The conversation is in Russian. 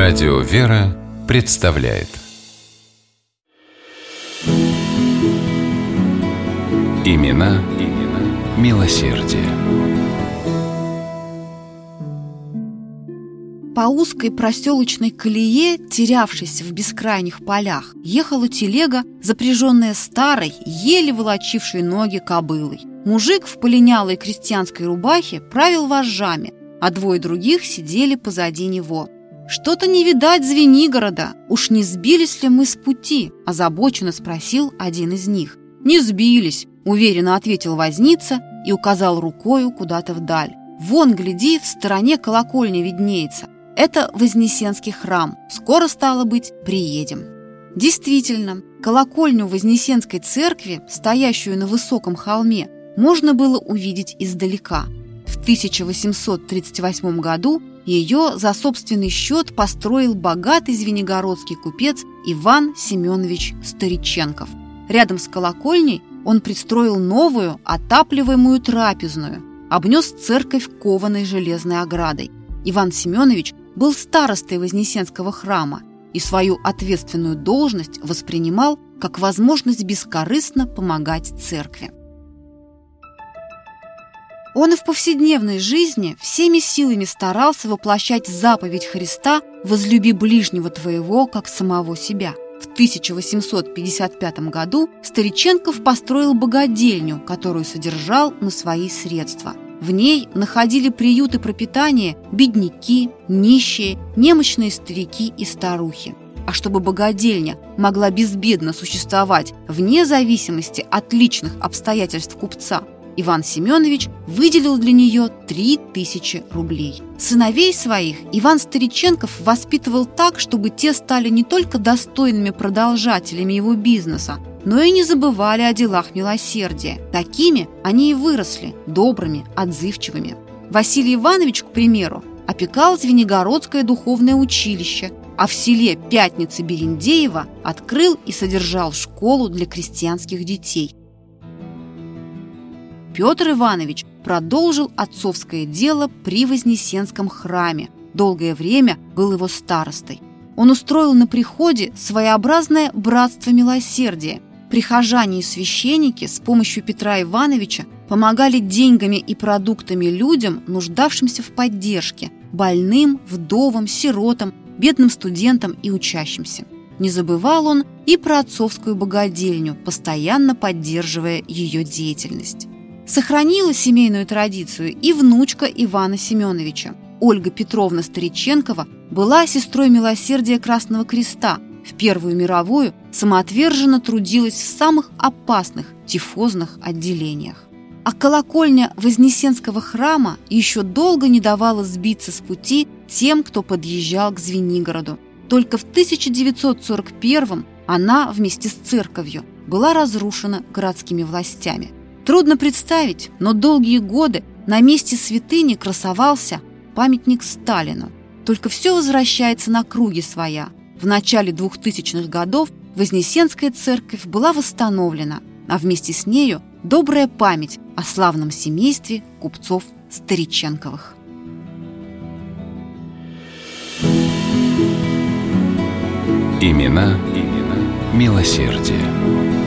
Радио «Вера» представляет Имена милосердия. По узкой проселочной колее, терявшейся в бескрайних полях, ехала телега, запряженная старой, еле волочившей ноги кобылой. Мужик в полинялой крестьянской рубахе правил вожжами, а двое других сидели позади него. «Что-то не видать Звенигорода, уж не сбились ли мы с пути?» – озабоченно спросил один из них. «Не сбились», – уверенно ответил возница и указал рукою куда-то вдаль. «Вон, гляди, в стороне колокольня виднеется. Это Вознесенский храм. Скоро, стало быть, приедем». Действительно, колокольню Вознесенской церкви, стоящую на высоком холме, можно было увидеть издалека. В 1838 году ее за собственный счет построил богатый звенигородский купец Иван Семенович Стариченков. Рядом с колокольней он пристроил новую отапливаемую трапезную, обнес церковь кованой железной оградой. Иван Семенович был старостой Вознесенского храма и свою ответственную должность воспринимал как возможность бескорыстно помогать церкви. Он и в повседневной жизни всеми силами старался воплощать заповедь Христа «Возлюби ближнего твоего, как самого себя». В 1855 году Стариченков построил богадельню, которую содержал на свои средства. В ней находили приют и пропитание бедняки, нищие, немощные старики и старухи. А чтобы богадельня могла безбедно существовать вне зависимости от личных обстоятельств купца, Иван Семенович выделил для нее 3000 рублей. Сыновей своих Иван Стариченков воспитывал так, чтобы те стали не только достойными продолжателями его бизнеса, но и не забывали о делах милосердия. Такими они и выросли, добрыми, отзывчивыми. Василий Иванович, к примеру, опекал Звенигородское духовное училище, а в селе Пятницы-Берендеево открыл и содержал школу для крестьянских детей. Петр Иванович продолжил отцовское дело при Вознесенском храме, долгое время был его старостой. Он устроил на приходе своеобразное братство милосердия. Прихожане и священники с помощью Петра Ивановича помогали деньгами и продуктами людям, нуждавшимся в поддержке, больным, вдовам, сиротам, бедным студентам и учащимся. Не забывал он и про отцовскую богадельню, постоянно поддерживая ее деятельность. Сохранила семейную традицию и внучка Ивана Семеновича. Ольга Петровна Стариченкова была сестрой милосердия Красного Креста. В Первую мировую самоотверженно трудилась в самых опасных тифозных отделениях. А колокольня Вознесенского храма еще долго не давала сбиться с пути тем, кто подъезжал к Звенигороду. Только в 1941-м она вместе с церковью была разрушена городскими властями. Трудно представить, но долгие годы на месте святыни красовался памятник Сталину. Только все возвращается на круги своя. В начале 2000-х годов Вознесенская церковь была восстановлена, а вместе с нею добрая память о славном семействе купцов Стариченковых. Имена милосердия.